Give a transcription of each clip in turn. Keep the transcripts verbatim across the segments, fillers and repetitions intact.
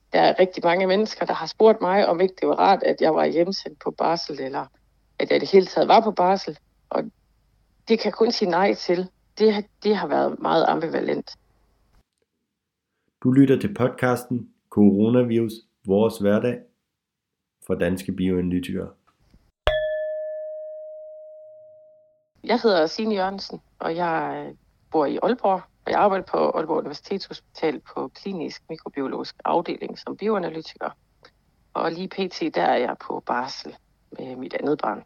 Der er rigtig mange mennesker, der har spurgt mig, om ikke det var rart, at jeg var hjemsendt på barsel, eller at jeg i det hele taget var på barsel. Og det kan jeg kun sige nej til. Det, det har været meget ambivalent. Du lytter til podcasten Coronavirus, vores hverdag for Danske Bioanalytikere. Jeg hedder Signe Jørgensen, og jeg bor i Aalborg. Og jeg arbejder på Aalborg Universitetshospital på klinisk mikrobiologisk afdeling som bioanalytiker. Og lige pt. Der er jeg på barsel med mit andet barn.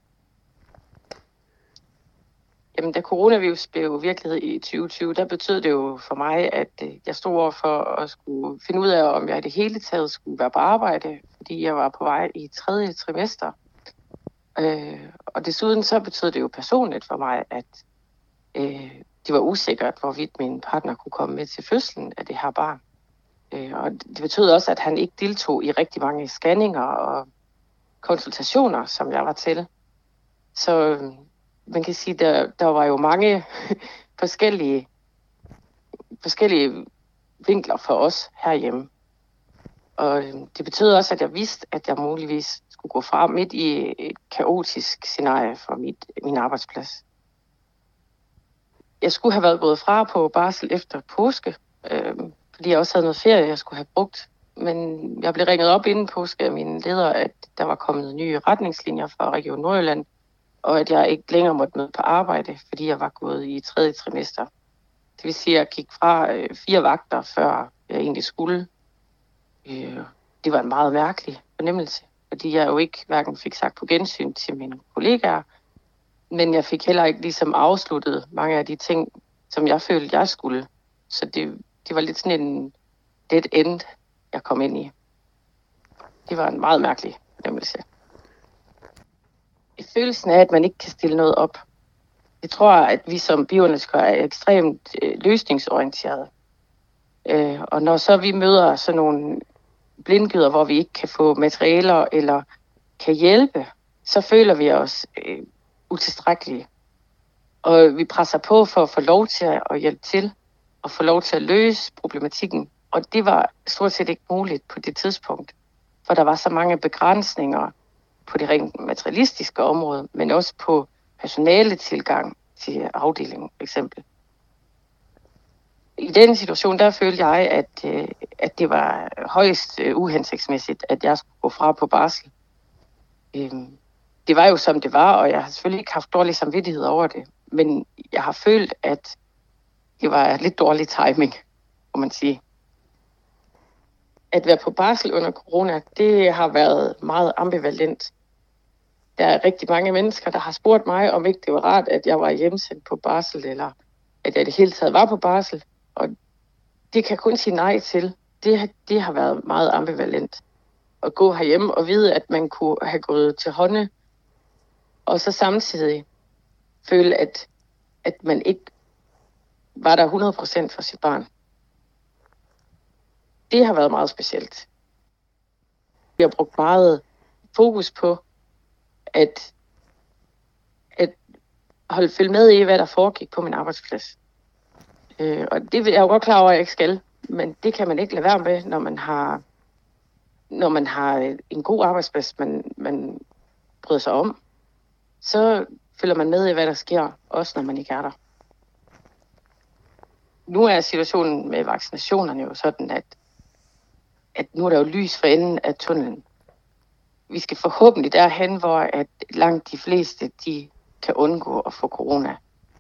Jamen, da coronavirus blev virkelighed i tyve tyve, der betød det jo for mig, at jeg stod over for at skulle finde ud af, om jeg i det hele taget skulle være på arbejde, fordi jeg var på vej i tredje trimester. Øh, og desuden så betød det jo personligt for mig, at øh, det var usikkert, hvorvidt min partner kunne komme med til fødslen af det her barn. Øh, og det betød også, at han ikke deltog i rigtig mange scanninger og konsultationer, som jeg var til. Så man kan sige, der der var jo mange forskellige forskellige vinkler for os herhjemme. Og det betød også, at jeg vidste, at jeg muligvis skulle gå fra midt i et kaotisk scenarie for mit, min arbejdsplads. Jeg skulle have været gået fra på barsel efter påske, øh, fordi jeg også havde noget ferie, jeg skulle have brugt. Men jeg blev ringet op inden påske af mine ledere, at der var kommet nye retningslinjer fra Region Nordjylland, og at jeg ikke længere måtte møde på arbejde, fordi jeg var gået i tredje trimester. Det vil sige, at jeg gik fra øh, fire vagter, før jeg egentlig skulle. Øh, det var en meget mærkelig fornemmelse, fordi jeg jo ikke hverken fik sagt på gensyn til mine kollegaer, men jeg fik heller ikke ligesom afsluttet mange af de ting, som jeg følte, jeg skulle. Så det, det var lidt sådan en dead end, jeg kom ind i. Det var en meget mærkelig fornemmelse. Følelsen af, at man ikke kan stille noget op. Jeg tror, at vi som bioanalytikere er ekstremt øh, løsningsorienterede. Øh, og når så vi møder sådan nogle blindgyder, hvor vi ikke kan få materialer eller kan hjælpe, så føler vi os øh, utilstrækkelige. Og vi presser på for at få lov til at hjælpe til og få lov til at løse problematikken. Og det var stort set ikke muligt på det tidspunkt, for der var så mange begrænsninger på det rent materialistiske område, men også på personaletilgang til afdelingen for eksempel. I den situation, der følte jeg, at, at det var højst uhensigtsmæssigt, at jeg skulle gå fra på barsel. Det var jo som det var, og jeg har selvfølgelig ikke haft dårlig samvittighed over det, men jeg har følt, at det var lidt dårlig timing, må man sige. At være på barsel under corona, det har været meget ambivalent. Der er rigtig mange mennesker, der har spurgt mig, om ikke det var rart, at jeg var hjemsendt på barsel, eller at jeg i det hele taget var på barsel. Og det kan jeg kun sige nej til. Det, det har været meget ambivalent. At gå herhjemme og vide, at man kunne have gået til hånde, og så samtidig føle, at, at man ikke var der hundrede procent for sit barn. Det har været meget specielt. Vi har brugt meget fokus på at, at holde følge med i, hvad der foregik på min arbejdsplads. Øh, og det er jeg jo godt klar over, at jeg ikke skal. Men det kan man ikke lade være med, når man har, når man har en god arbejdsplads, man, man bryder sig om. Så følger man med i, hvad der sker, også når man ikke er der. Nu er situationen med vaccinationerne jo sådan, at, at nu er der jo lys for enden af tunnelen. Vi skal forhåbentlig derhen, hvor at langt de fleste de kan undgå at få corona.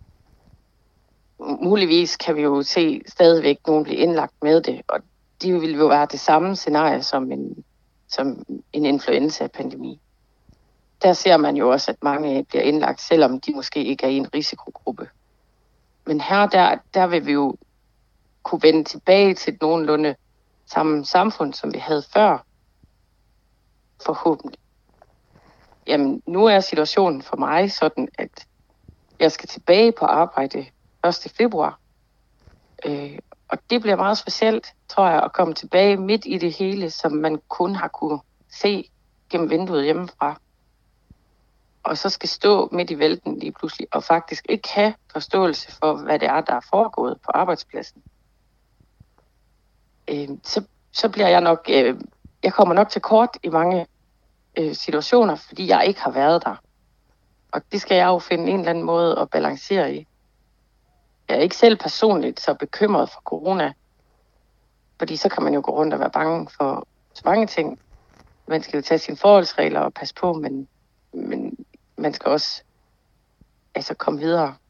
Muligvis kan vi jo se stadigvæk nogen blive indlagt med det, og det vil jo være det samme scenarie som en, som en influenza-pandemi. Der ser man jo også, at mange bliver indlagt, selvom de måske ikke er i en risikogruppe. Men her der, der vil vi jo kunne vende tilbage til et nogenlunde samme samfund, som vi havde før. Forhåbentlig. Jamen, nu er situationen for mig sådan, at jeg skal tilbage på arbejde første februar. Øh, og det bliver meget specielt, tror jeg, at komme tilbage midt i det hele, som man kun har kunne se gennem vinduet hjemmefra. Og så skal stå midt i vælten lige pludselig, og faktisk ikke have forståelse for, hvad det er, der er foregået på arbejdspladsen. Øh, så, så bliver jeg nok øh, jeg kommer nok til kort i mange øh, situationer, fordi jeg ikke har været der. Og det skal jeg jo finde en eller anden måde at balancere i. Jeg er ikke selv personligt så bekymret for corona, fordi så kan man jo gå rundt og være bange for så mange ting. Man skal jo tage sine forholdsregler og passe på, men, men man skal også altså komme videre.